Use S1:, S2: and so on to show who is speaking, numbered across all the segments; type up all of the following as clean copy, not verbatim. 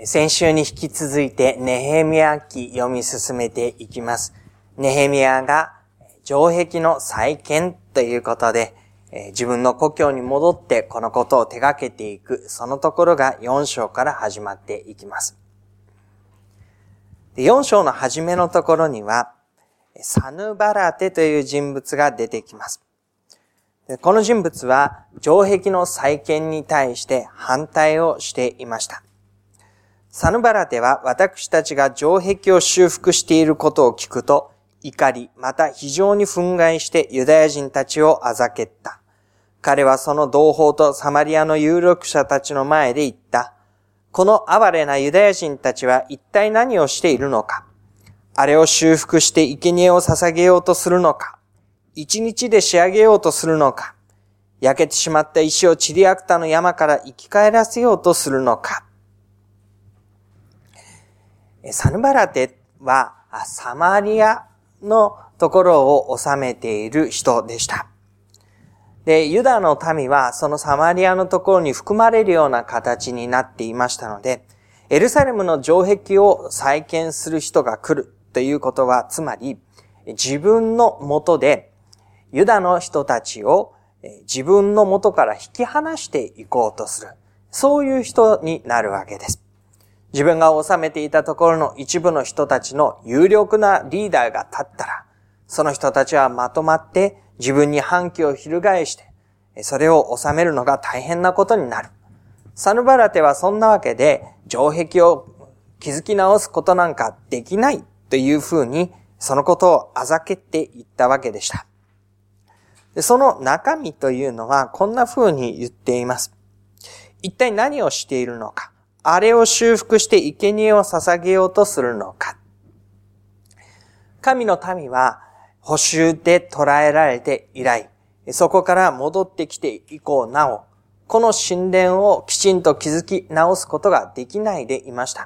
S1: 先週に引き続いてネヘミヤ記読み進めていきます。ネヘミヤが城壁の再建ということで、自分の故郷に戻ってこのことを手掛けていく、そのところが4章から始まっていきます。4章の初めのところには、サヌバラテという人物が出てきます。この人物は城壁の再建に対して反対をしていました。サヌバラテは私たちが城壁を修復していることを聞くと怒り、また非常に憤慨してユダヤ人たちをあざけった。彼はその同胞とサマリアの有力者たちの前で言った。この哀れなユダヤ人たちは一体何をしているのか。あれを修復して生贄を捧げようとするのか。一日で仕上げようとするのか。焼けてしまった石をチリアクタの山から生き返らせようとするのか。サヌバラテはサマリアのところを治めている人でした。で、ユダの民はそのサマリアのところに含まれるような形になっていましたので、エルサレムの城壁を再建する人が来るということは、つまり自分の元でユダの人たちを自分の元から引き離していこうとする。そういう人になるわけです。自分が治めていたところの一部の人たちの有力なリーダーが立ったら、その人たちはまとまって自分に反旗を翻して、それを治めるのが大変なことになる。サヌバラテはそんなわけで、城壁を築き直すことなんかできないというふうに、そのことをあざけっていったわけでした。で、その中身というのはこんなふうに言っています。一体何をしているのか。あれを修復して生贄を捧げようとするのか。神の民は捕囚で捕らえられて以来、そこから戻ってきて以降なお、この神殿をきちんと築き直すことができないでいました。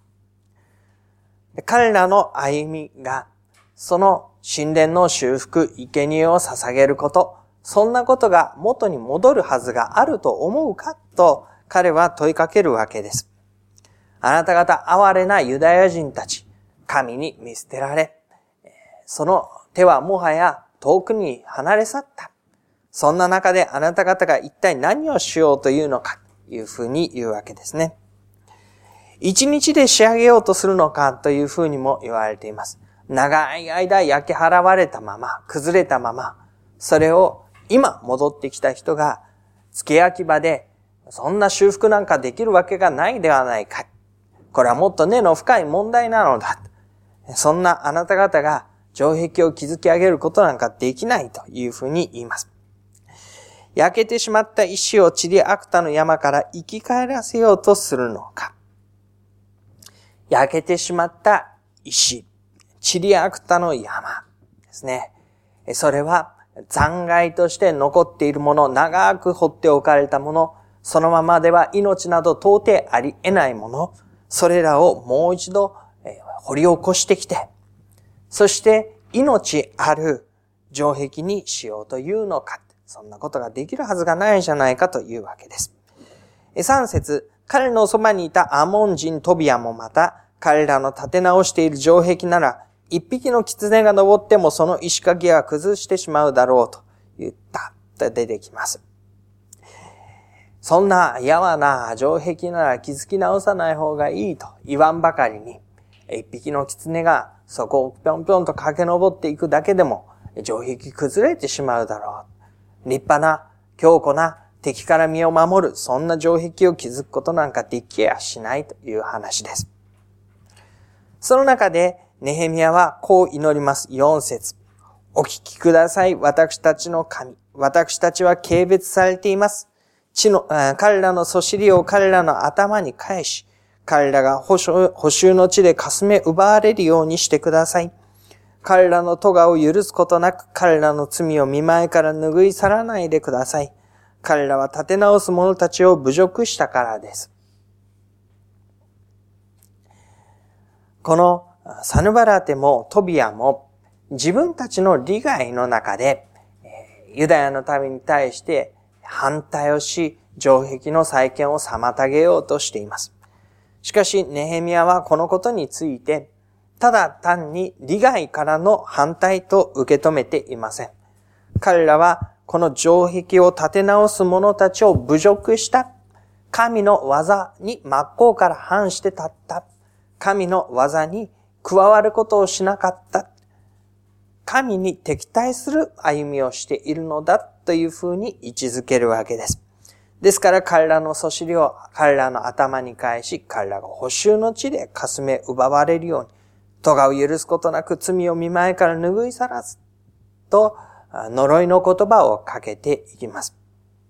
S1: 彼らの歩みが、その神殿の修復、生贄を捧げること、そんなことが元に戻るはずがあると思うかと、彼は問いかけるわけです。あなた方哀れなユダヤ人たち、神に見捨てられ、その手はもはや遠くに離れ去った。そんな中であなた方が一体何をしようというのかというふうに言うわけですね。一日で仕上げようとするのかというふうにも言われています。長い間焼き払われたまま、崩れたまま、それを今戻ってきた人が付け焼き場でそんな修復なんかできるわけがないではないか。これはもっと根の深い問題なのだ。そんなあなた方が城壁を築き上げることなんかできないというふうに言います。焼けてしまった石をチリアクタの山から生き返らせようとするのか。焼けてしまった石、チリアクタの山ですね。それは残骸として残っているもの、長く放っておかれたもの、そのままでは命など到底あり得ないもの、それらをもう一度掘り起こしてきて、そして命ある城壁にしようというのか。そんなことができるはずがないじゃないかというわけです。3節、彼のそばにいたアモン人トビアもまた、彼らの建て直している城壁なら、一匹の狐が登ってもその石垣は崩してしまうだろうと言ったと出てきます。そんなやわな城壁なら築き直さない方がいいと言わんばかりに、一匹の狐がそこをぴょんぴょんと駆け上っていくだけでも城壁崩れてしまうだろう。立派な強固な敵から身を守る、そんな城壁を築くことなんかできやしないという話です。その中でネヘミヤはこう祈ります。4節。お聞きください。私たちの神。私たちは軽蔑されています。彼らのそしりを彼らの頭に返し、彼らが捕囚の地でかすめ奪われるようにしてください。彼らの咎を許すことなく、彼らの罪を見舞いから拭い去らないでください。彼らは立て直す者たちを侮辱したからです。このサヌバラテもトビアも自分たちの利害の中でユダヤの民に対して反対をし、城壁の再建を妨げようとしています。 しかし、ネヘミヤはこのことについて、ただ単に利害からの反対と受け止めていません。彼らは、この城壁を建て直す者たちを侮辱した。神の技に真っ向から反して立った。神の技に加わることをしなかった。神に敵対する歩みをしているのだというふうに位置づけるわけです。ですから彼らのそしりを彼らの頭に返し、彼らが捕囚の地でかすめ奪われるように、咎を許すことなく罪を見舞いから拭い去らず、と呪いの言葉をかけていきます。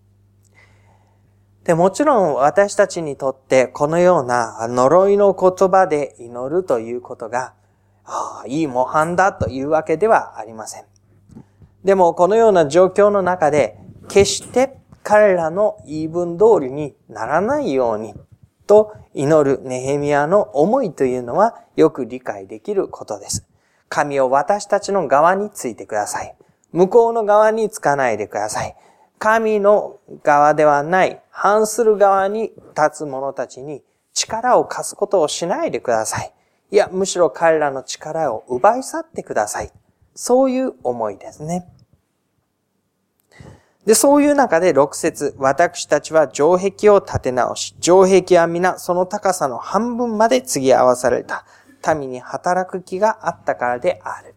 S1: で、もちろん私たちにとってこのような呪いの言葉で祈るということが、いい模範だというわけではありません。でもこのような状況の中で、決して彼らの言い分通りにならないようにと祈るネヘミヤの思いというのはよく理解できることです。神を私たちの側についてください。向こうの側につかないでください。神の側ではない、反する側に立つ者たちに力を貸すことをしないでください。いや、むしろ彼らの力を奪い去ってください。そういう思いですね。で、そういう中で6節、私たちは城壁を建て直し、城壁は皆その高さの半分まで継ぎ合わされた。民に働く気があったからである。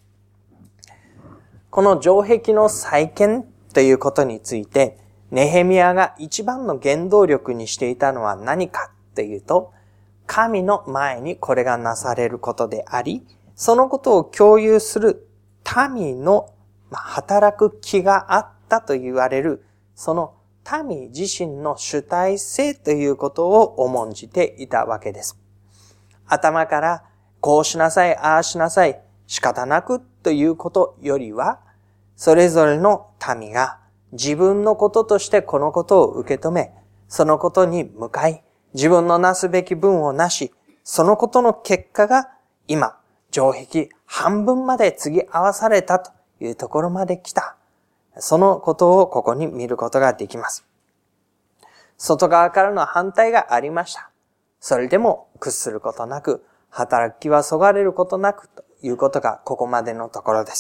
S1: この城壁の再建ということについて、ネヘミヤが一番の原動力にしていたのは何かというと、神の前にこれがなされることであり、そのことを共有する民の働く気があったと言われる、その民自身の主体性ということを重んじていたわけです。頭からこうしなさい、ああしなさい、仕方なくということよりは、それぞれの民が自分のこととしてこのことを受け止め、そのことに向かい、自分のなすべき分をなし、そのことの結果が今、城壁半分まで継ぎ合わされたというところまで来た。そのことをここに見ることができます。外側からの反対がありました。それでも屈することなく、働きはそがれることなくということがここまでのところです。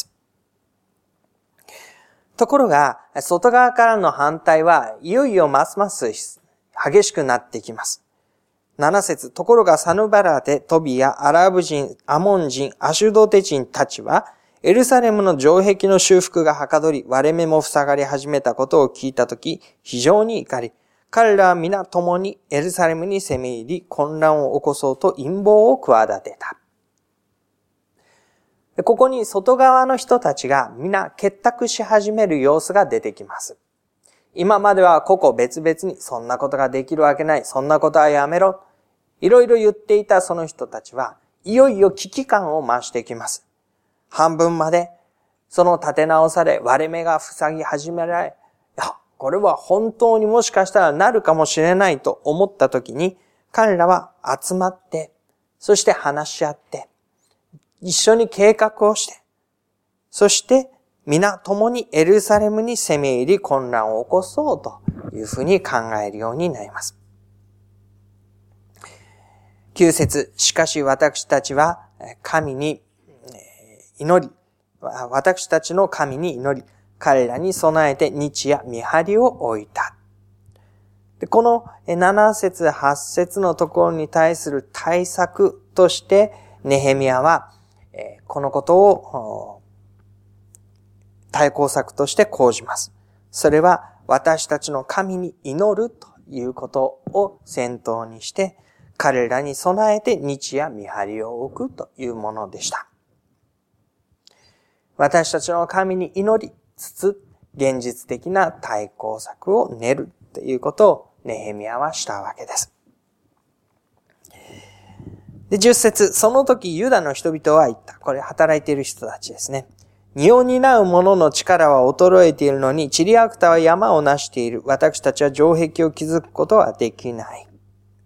S1: ところが、外側からの反対はいよいよますます激しくなってきます。7節、ところがサヌバラテ、トビア、アラブ人、アモン人、アシュドテ人たちは、エルサレムの城壁の修復がはかどり、割れ目も塞がり始めたことを聞いたとき、非常に怒り、彼らは皆共にエルサレムに攻め入り、混乱を起こそうと陰謀を企てた。ここに外側の人たちが皆結託し始める様子が出てきます。今までは個々別々にそんなことができるわけない、そんなことはやめろ、いろいろ言っていたその人たちはいよいよ危機感を増してきます。半分までその立て直され割れ目が塞ぎ始められ、いや、これは本当にもしかしたらなるかもしれないと思った時に彼らは集まって、そして話し合って、一緒に計画をして、そして皆共にエルサレムに攻め入り混乱を起こそうというふうに考えるようになります。9節、しかし私たちは神に祈り、私たちの神に祈り、彼らに備えて日夜見張りを置いた。で、この7節8節のところに対する対策としてネヘミヤはこのことを対抗策として講じます。それは私たちの神に祈るということを先頭にして、彼らに備えて日夜見張りを置くというものでした。私たちの神に祈りつつ、現実的な対抗策を練るということをネヘミヤはしたわけです。で、10節、その時ユダの人々は言った。これ働いている人たちですね。荷を担う者の力は衰えているのに、チリアクタは山を成している。私たちは城壁を築くことはできない。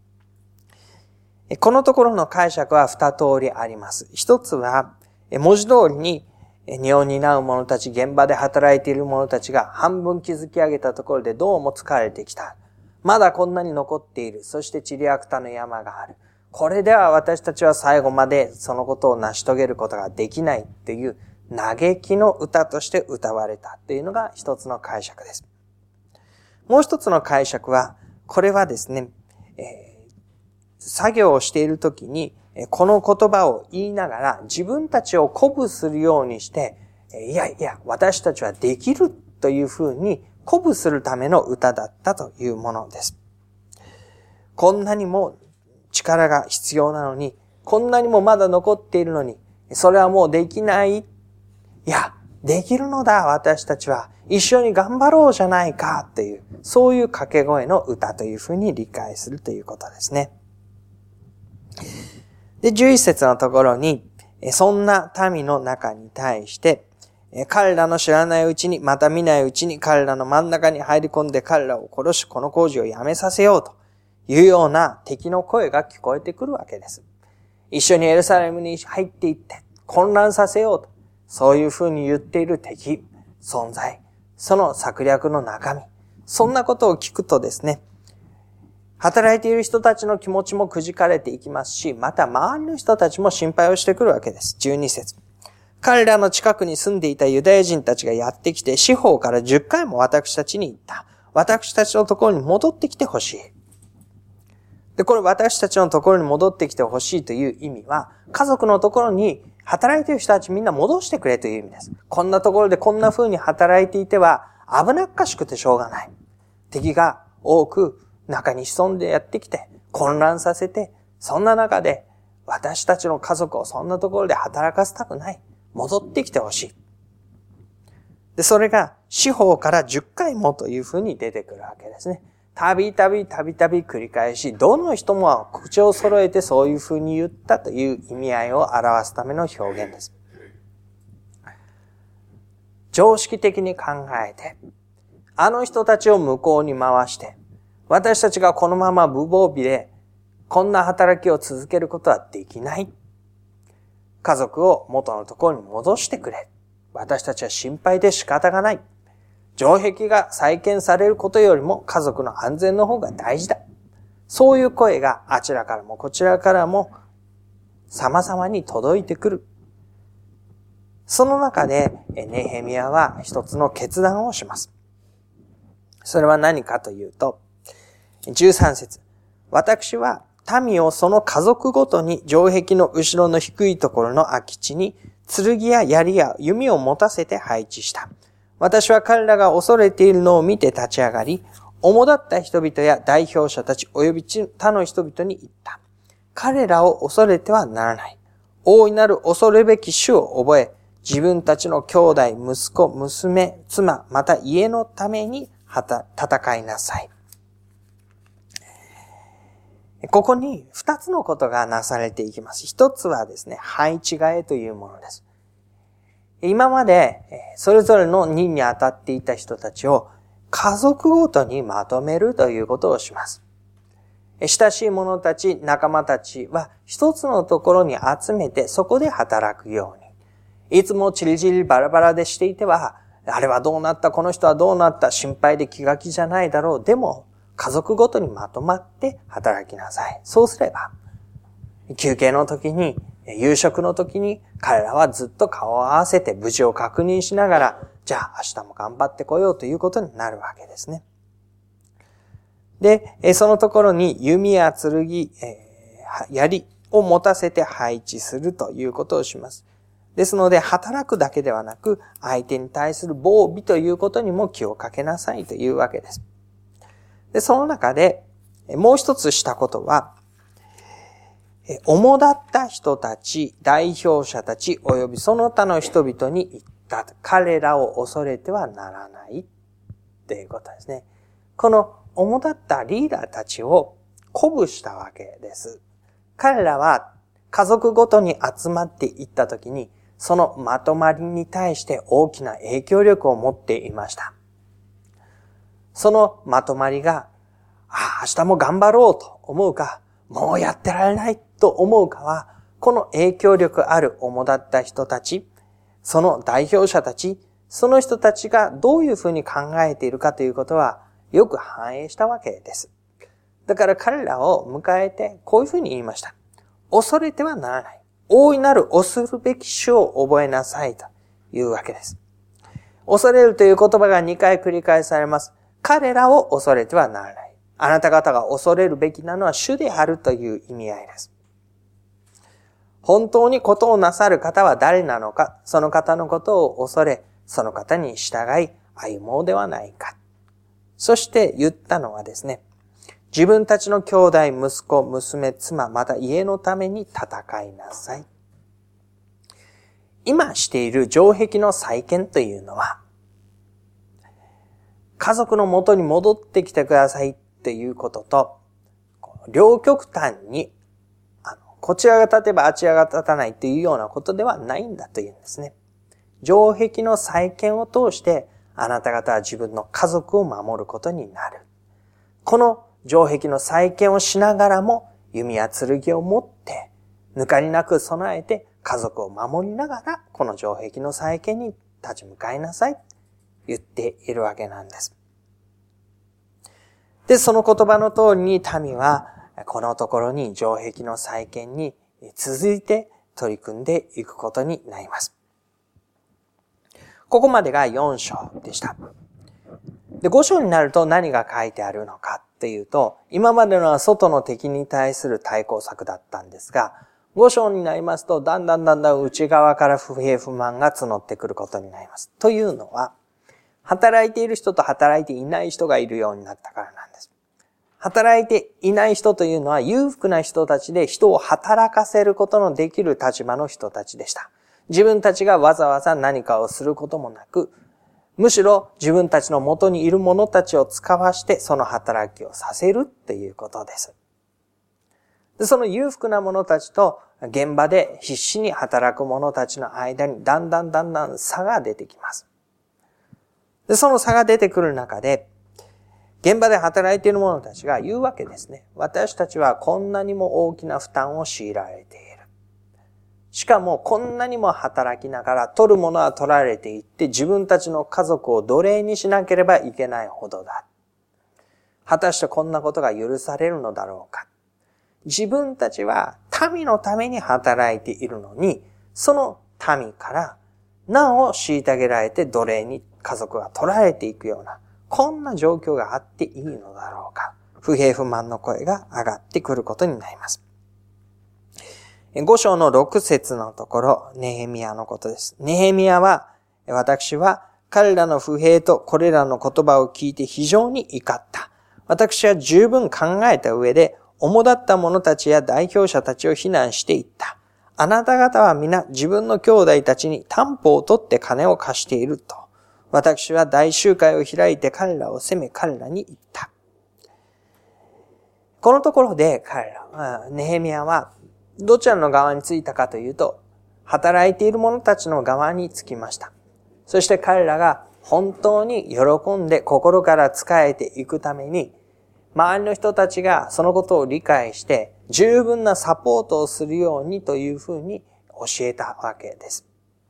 S1: このところの解釈は2通りあります。一つは、文字通りに荷を担う者たち、現場で働いている者たちが半分築き上げたところでどうも疲れてきた。まだこんなに残っている。そしてチリアクタの山がある。 これでは私たちは最後までそのことを成し遂げることができないっていう嘆きの歌として歌われたっていうのが一つの解釈です。もう一つの解釈は、これはですね、作業をしているときに、この言葉を言いながら自分たちを鼓舞するようにして、いやいや、私たちはできるというふうに鼓舞するための歌だったというものです。こんなにも力が必要なのに、こんなにもまだ残っているのに、それはもうできない。いや、できるのだ、私たちは。一緒に頑張ろうじゃないかっていう、そういう掛け声の歌というふうに理解するということですね。で、11節のところに、そんな民の中に対して、彼らの知らないうちに、また見ないうちに彼らの真ん中に入り込んで彼らを殺し、この工事をやめさせようというような敵の声が聞こえてくるわけです。一緒にエルサレムに入っていって混乱させようと、そういうふうに言っている敵、存在、その策略の中身、そんなことを聞くとですね、働いている人たちの気持ちもくじかれていきますし、また周りの人たちも心配をしてくるわけです。12節。彼らの近くに住んでいたユダヤ人たちがやってきて、四方から10回も私たちに言った。私たちのところに戻ってきてほしい。で、これ私たちのところに戻ってきてほしいという意味は、家族のところに働いている人たちみんな戻してくれという意味です。こんなところでこんな風に働いていては危なっかしくてしょうがない。敵が多く中に潜んでやってきて混乱させて、そんな中で私たちの家族をそんなところで働かせたくない。戻ってきてほしい。で、それが四方から10回もという風に出てくるわけですね。たびたび繰り返し、どの人も口を揃えてそういう風に言ったという意味合いを表すための表現です。常識的に考えて、あの人たちを向こうに回して、私たちがこのまま無防備で、こんな働きを続けることはできない。家族を元のところに戻してくれ。私たちは心配で仕方がない。城壁が再建されることよりも家族の安全の方が大事だ。そういう声があちらからもこちらからも様々に届いてくる。その中でネヘミヤは一つの決断をします。それは何かというと、13節。私は民をその家族ごとに城壁の後ろの低いところの空き地に剣や槍や弓を持たせて配置した。私は彼らが恐れているのを見て立ち上がり、主だった人々や代表者たち及び他の人々に言った。彼らを恐れてはならない。大いなる恐るべき主を覚え、自分たちの兄弟、息子、娘、妻、また家のために戦いなさい。ここに二つのことがなされていきます。一つはですね、配置替えというものです。今までそれぞれの任に当たっていた人たちを家族ごとにまとめるということをします。親しい者たち、仲間たちは一つのところに集めてそこで働くように。いつもチリチリバラバラでしていては、あれはどうなった、この人はどうなった、心配で気が気じゃないだろう。でも、家族ごとにまとまって働きなさい。そうすれば、休憩の時に、夕食の時に彼らはずっと顔を合わせて無事を確認しながら、じゃあ明日も頑張ってこようということになるわけですね。で、そのところに弓や剣、槍を持たせて配置するということをします。ですので、働くだけではなく、相手に対する防備ということにも気をかけなさいというわけです。で、その中で、もう一つしたことは、主だった人たち、代表者たち、及びその他の人々に言った。彼らを恐れてはならないということですね。この主だったリーダーたちを鼓舞したわけです。彼らは家族ごとに集まっていったときに、そのまとまりに対して大きな影響力を持っていました。そのまとまりが、明日も頑張ろうと思うか、もうやってられないと思うかは、この影響力ある主だった人たち、その代表者たち、その人たちがどういうふうに考えているかということは、よく反映したわけです。だから彼らを迎えてこういうふうに言いました。 恐れてはならない。大いなる恐るべき主を覚えなさいというわけです。恐れるという言葉が2回繰り返されます。彼らを恐れてはならない。あなた方が恐れるべきなのは主であるという意味合いです。本当にことをなさる方は誰なのか、その方のことを恐れ、その方に従い歩もうではないか。そして言ったのはですね、自分たちの兄弟、息子、娘、妻、また家のために戦いなさい。今している城壁の再建というのは、家族の元に戻ってきてくださいっていうことと、両極端に、こちらが立てばあちらが立たないというようなことではないんだというんですね。城壁の再建を通して、あなた方は自分の家族を守ることになる。この城壁の再建をしながらも、弓や剣を持って、抜かりなく備えて家族を守りながら、この城壁の再建に立ち向かいなさい。言っているわけなんです。で、その言葉の通りに民は、このところに城壁の再建に続いて取り組んでいくことになります。ここまでが4章でした。で、5章になると何が書いてあるのかっていうと、今までのは外の敵に対する対抗策だったんですが、5章になりますと、だんだん内側から不平不満が募ってくることになります。というのは、働いている人と働いていない人がいるようになったからなんです。働いていない人というのは裕福な人たちで人を働かせることのできる立場の人たちでした。自分たちがわざわざ何かをすることもなく、むしろ自分たちの元にいる者たちを使わしてその働きをさせるっていうことです。で、その裕福な者たちと現場で必死に働く者たちの間にだんだん差が出てきます。で、その差が出てくる中で、現場で働いている者たちが言うわけですね。私たちはこんなにも大きな負担を強いられている。しかもこんなにも働きながら取るものは取られていって自分たちの家族を奴隷にしなければいけないほどだ。果たしてこんなことが許されるのだろうか。自分たちは民のために働いているのに、その民からなお虐げられて奴隷に家族が取られていくような、こんな状況があっていいのだろうか。不平不満の声が上がってくることになります。5章の6節のところ、ネヘミヤのことです。ネヘミヤは、私は彼らの不平とこれらの言葉を聞いて非常に怒った。私は十分考えた上で、主だった者たちや代表者たちを非難していった。あなた方は皆自分の兄弟たちに担保を取って金を貸していると。私は大集会を開いて彼らを責め彼らに言った。このところでネヘミヤはどちらの側についたかというと、働いている者たちの側につきました。そして彼らが本当に喜んで心から仕えていくために、周りの人たちがそのことを理解して十分なサポートをするようにというふうに教えたわけです。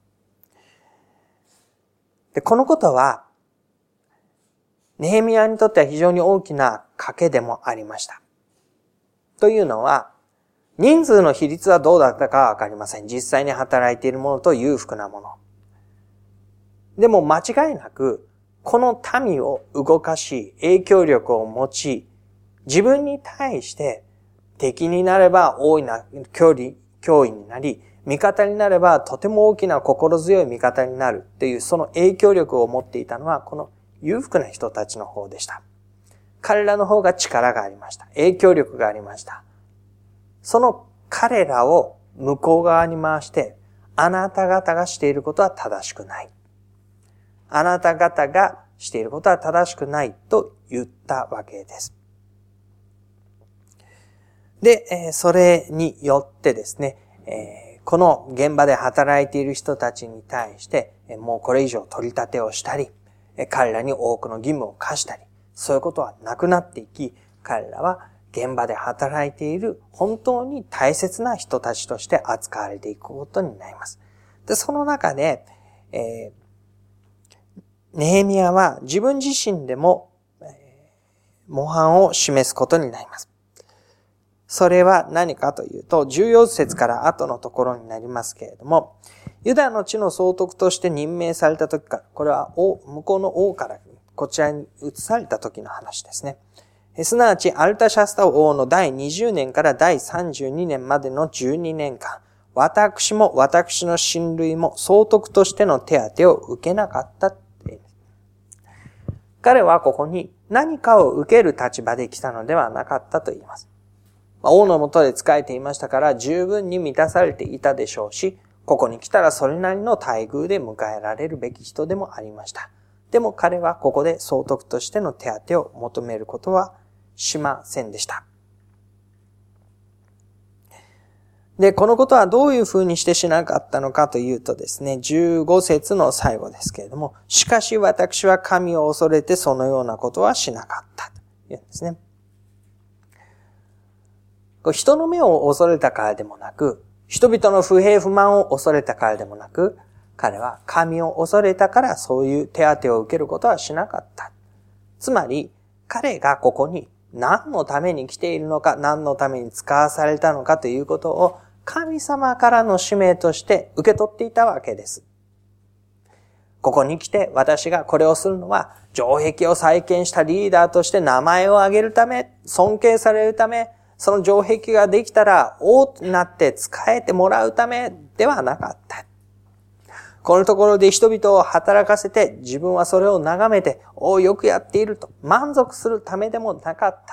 S1: で、このことは、ネヘミヤにとっては非常に大きな賭けでもありました。というのは、人数の比率はどうだったかはわかりません。実際に働いている者と裕福な者。でも間違いなく、この民を動かし、影響力を持ち、自分に対して敵になれば大いな脅威になり、味方になればとても大きな心強い味方になるっていうその影響力を持っていたのはこの裕福な人たちの方でした。彼らの方が力がありました。影響力がありました。その彼らを向こう側に回して、あなた方がしていることは正しくない。あなた方がしていることは正しくないと言ったわけです。で、それによってですね、この現場で働いている人たちに対して、もうこれ以上取り立てをしたり、彼らに多くの義務を課したり、そういうことはなくなっていき、彼らは現場で働いている本当に大切な人たちとして扱われていくことになります。で、その中で、ネヘミヤは自分自身でも模範を示すことになります。 それは何かというと、14節から後のところになりますけれども、ユダの地の総督として任命された時から、これは向こうの王からこちらに移された時の話ですね。すなわち、アルタシャスタ王の第20年から第32年までの12年間、私も私の親類も総督としての手当を受けなかったって。彼はここに何かを受ける立場で来たのではなかったと言います。王の下で仕えていましたから十分に満たされていたでしょうし、ここに来たらそれなりの待遇で迎えられるべき人でもありました。でも彼はここで総督としての手当を求めることはしませんでした。で、このことはどういうふうにしてしなかったのかというとですね、15節の最後ですけれども、しかし私は神を恐れてそのようなことはしなかったというんですね。人の目を恐れたからでもなく、人々の不平不満を恐れたからでもなく、彼は神を恐れたからそういう手当を受けることはしなかった。つまり、彼がここに何のために来ているのか、何のために使わされたのかということを神様からの使命として受け取っていたわけです。ここに来て私がこれをするのは、城壁を再建したリーダーとして名前を挙げるため、尊敬されるため、その城壁ができたら王となって仕えてもらうためではなかった。このところで人々を働かせて自分はそれを眺めて、よくやっていると満足するためでもなかった。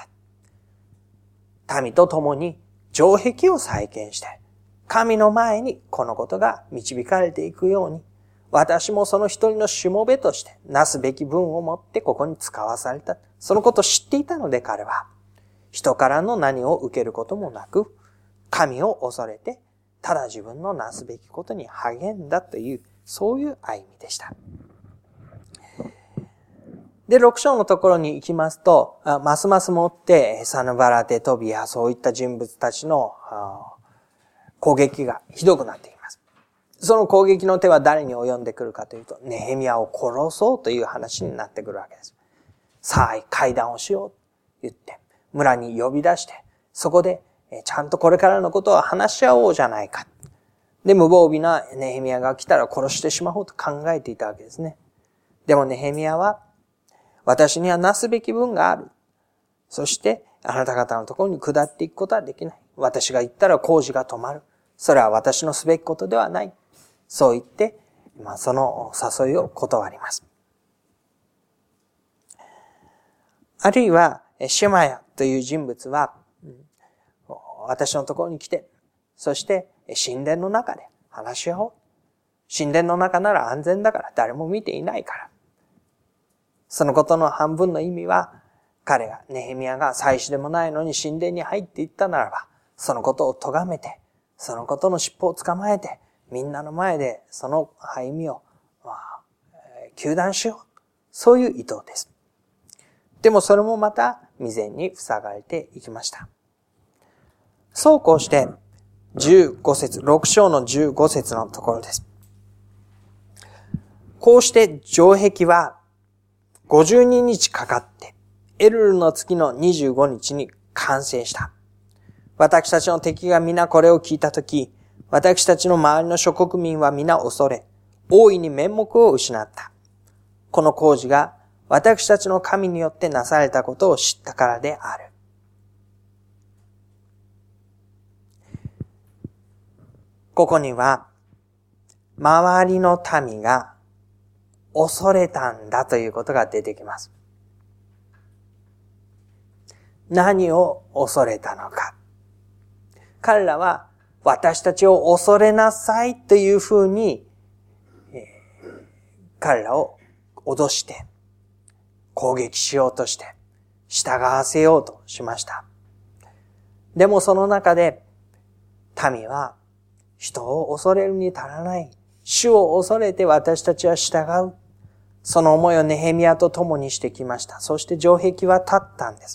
S1: 民と共に城壁を再建して、神の前にこのことが導かれていくように、私もその一人のしもべとしてなすべき分を持ってここに使わされた。そのことを知っていたので彼は、人からの何を受けることもなく、神を恐れて、ただ自分のなすべきことに励んだという、そういう歩みでした。で、6章のところに行きますと、ますますもってサヌバラテ、トビア、そういった人物たちの攻撃がひどくなっています。その攻撃の手は誰に及んでくるかというと、ネヘミヤを殺そうという話になってくるわけです。さあ、会談をしようと言って、村に呼び出して、そこでちゃんとこれからのことを話し合おうじゃないか。で、無防備なネヘミヤが来たら殺してしまおうと考えていたわけですね。でもネヘミヤは、私にはなすべき分がある。そして、あなた方のところに下っていくことはできない。私が言ったら工事が止まる。それは私のすべきことではない。そう言って、その誘いを断ります。あるいは、シェマヤという人物は、私のところに来て、そして神殿の中で話し合おう。神殿の中なら安全だから誰も見ていないから。そのことの半分の意味は、彼が、ネヘミヤが祭司でもないのに神殿に入っていったならば、そのことを咎めて、そのことの尻尾を捕まえて、みんなの前でその歩みを、糾弾しよう。そういう意図です。でもそれもまた未然に塞がれていきました。そうこうして、15節、6章の15節のところです。こうして城壁は52日かかって、エルルの月の25日に完成した。私たちの敵が皆これを聞いたとき、私たちの周りの諸国民は皆恐れ、大いに面目を失った。この工事が私たちの神によってなされたことを知ったからである。ここには、周りの民が恐れたんだということが出てきます。何を恐れたのか。彼らは私たちを恐れなさいというふうに、彼らを脅して攻撃しようとして従わせようとしました。でもその中で民は人を恐れるに足らない。主を恐れて私たちは従う。その思いをネヘミヤと共にしてきました。そして城壁は立ったんです。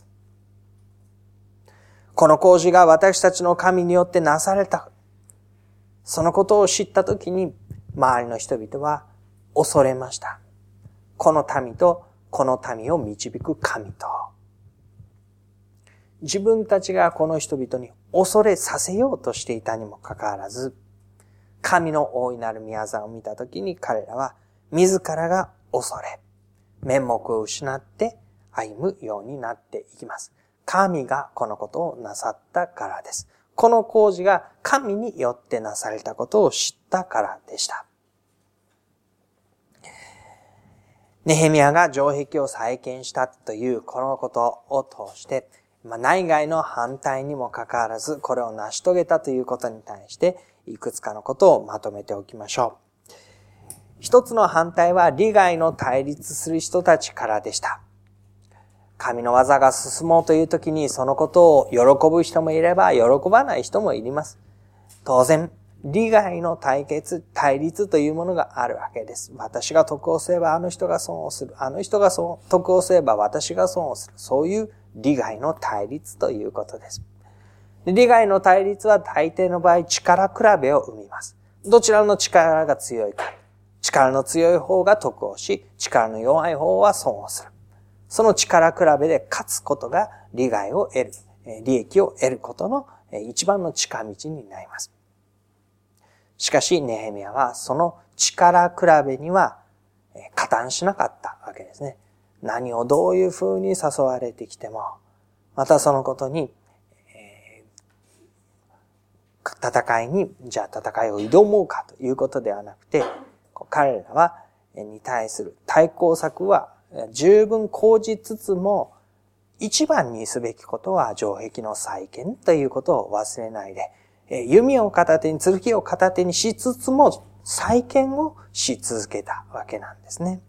S1: この工事が私たちの神によってなされた。そのことを知ったときに、周りの人々は恐れました。この民とこの民を導く神と。 自分たちがこの人々に恐れさせようとしていたにもかかわらず、神の大いなる御業を見たときに彼らは自らが恐れ、面目を失って歩むようになっていきます。神がこのことをなさったからです。この工事が神によってなされたことを知ったからでした。ネヘミヤが城壁を再建したというこのことを通して、内外の反対にもかかわらずこれを成し遂げたということに対していくつかのことをまとめておきましょう。一つの反対は利害の対立する人たちからでした。神の技が進もうというときにそのことを喜ぶ人もいれば喜ばない人もいます。当然、利害の対立というものがあるわけです。私が得をすればあの人が損をする。あの人が得をすれば私が損をする。そういう利害の対立ということです。利害の対立は大抵の場合力比べを生みます。どちらの力が強いか。力の強い方が得をし、力の弱い方は損をする。その力比べで勝つことが利害を得る、利益を得ることの一番の近道になります。しかし、ネヘミヤはその力比べには加担しなかったわけですね。何をどういう風に誘われてきても、またそのことに、戦いを挑もうかということではなくて、彼らはに対する対抗策は十分講じつつも、一番にすべきことは城壁の再建ということを忘れないで、弓を片手に、剣を片手にしつつも再建をし続けたわけなんですね。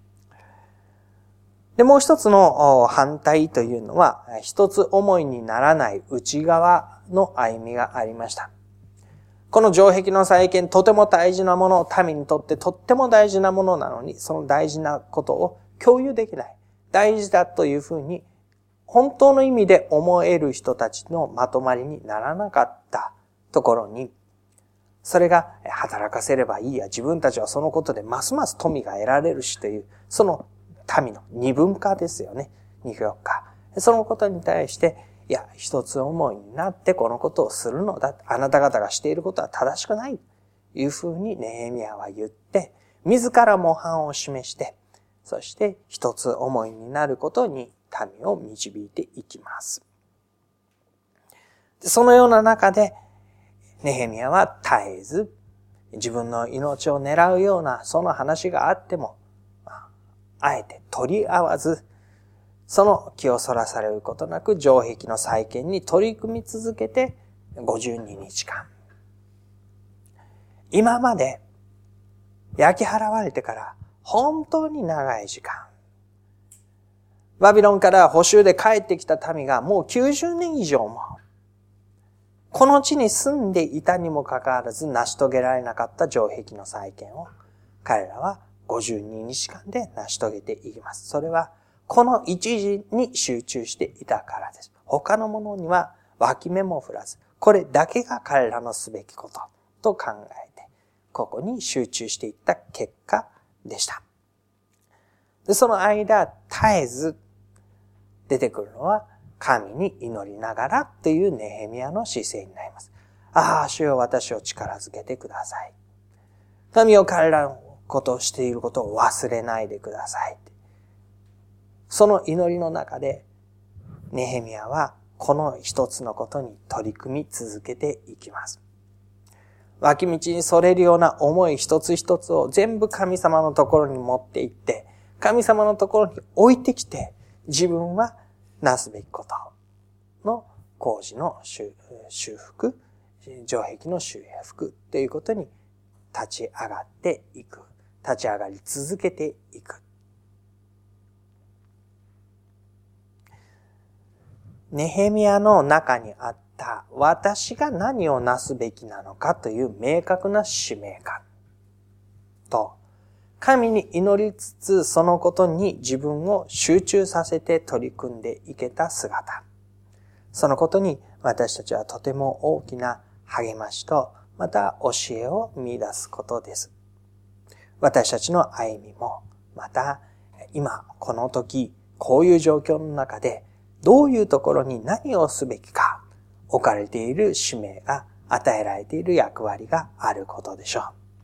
S1: で、もう一つの反対というのは、一つ思いにならない内側の歩みがありました。この城壁の再建、とても大事なもの、民にとってとっても大事なものなのに、その大事なことを共有できない。大事だというふうに、本当の意味で思える人たちのまとまりにならなかったところに、それが働かせればいいや、自分たちはそのことでますます富が得られるしという、その民の二分化ですよね。二極化。そのことに対して、いや、一つ思いになってこのことをするのだ。あなた方がしていることは正しくない。というふうにネヘミヤは言って、自ら模範を示して、そして一つ思いになることに民を導いていきます。そのような中で、ネヘミヤは絶えず、自分の命を狙うようなその話があっても、あえて取り合わず、その気をそらされることなく城壁の再建に取り組み続けて52日間。今まで焼き払われてから本当に長い時間。バビロンから捕囚で帰ってきた民がもう90年以上もこの地に住んでいたにもかかわらず成し遂げられなかった城壁の再建を彼らは52日間で成し遂げていきます。それはこの一時に集中していたからです。他のものには脇目も振らず、これだけが彼らのすべきことと考えて、ここに集中していった結果でした。で、その間、絶えず出てくるのは、神に祈りながらというネヘミヤの姿勢になります。ああ、主よ、私を力づけてください。神よ、彼らのことをしていることを忘れないでください。その祈りの中で、ネヘミヤはこの一つのことに取り組み続けていきます。脇道にそれるような思い一つ一つを全部神様のところに持っていって、神様のところに置いてきて、自分はなすべきことの工事の修復、城壁の修復ということに立ち上がっていく。立ち上がり続けていく。ネヘミヤの中にあった私が何をなすべきなのかという明確な使命感と、神に祈りつつそのことに自分を集中させて取り組んでいけた姿。そのことに私たちはとても大きな励ましとまた教えを見出すことです。私たちの歩みもまた今この時こういう状況の中でどういうところに何をすべきか、置かれている使命が、与えられている役割があることでしょう。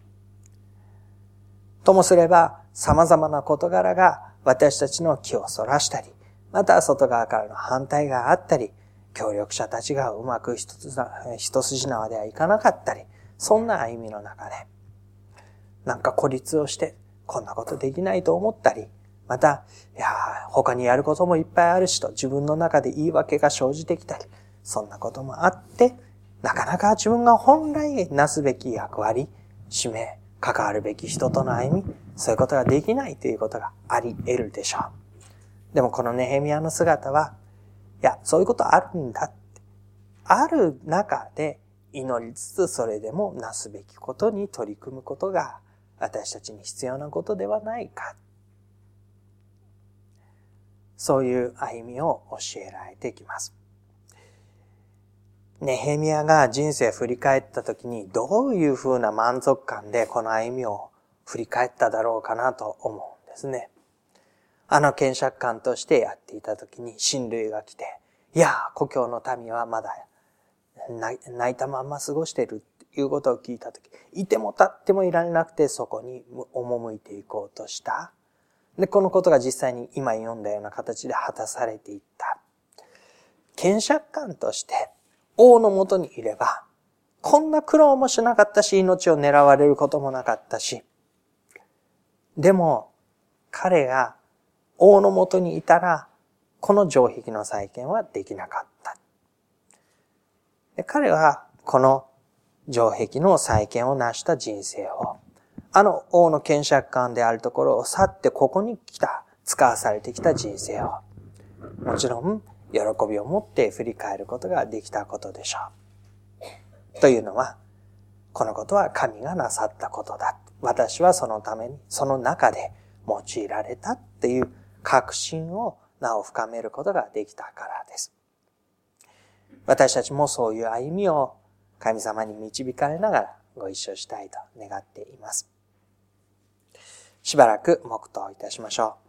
S1: ともすれば、様々な事柄が私たちの気をそらしたり、また外側からの反対があったり、協力者たちがうまく一筋縄ではいかなかったり、そんな歩みの中で、なんか孤立をして、こんなことできないと思ったり、また、他にやることもいっぱいあるしと自分の中で言い訳が生じてきたり、そんなこともあって、なかなか自分が本来なすべき役割、使命、関わるべき人との歩み、そういうことができないということがあり得るでしょう。でもこのネヘミヤの姿は、そういうことあるんだって。ある中で祈りつつそれでもなすべきことに取り組むことが私たちに必要なことではないか。そういう歩みを教えられてきます。ネヘミヤが人生を振り返ったときにどういうふうな満足感でこの歩みを振り返っただろうかなと思うんですね。検釈官としてやっていたときに親類が来て、故郷の民はまだ泣いたまんま過ごしているということを聞いたとき、いても立ってもいられなくてそこに赴いていこうとした。で、このことが実際に今読んだような形で果たされていった。検釈官として王のもとにいれば、こんな苦労もしなかったし、命を狙われることもなかったし、でも、彼が王のもとにいたら、この城壁の再建はできなかった。で、彼は、この城壁の再建を成した人生を、王の検釈官であるところを去ってここに来た、使わされてきた人生を、もちろん、喜びを持って振り返ることができたことでしょう。というのは、このことは神がなさったことだ。私はそのために、その中で用いられたっていう確信をなお深めることができたからです。私たちもそういう歩みを神様に導かれながらご一緒したいと願っています。しばらく黙祷いたしましょう。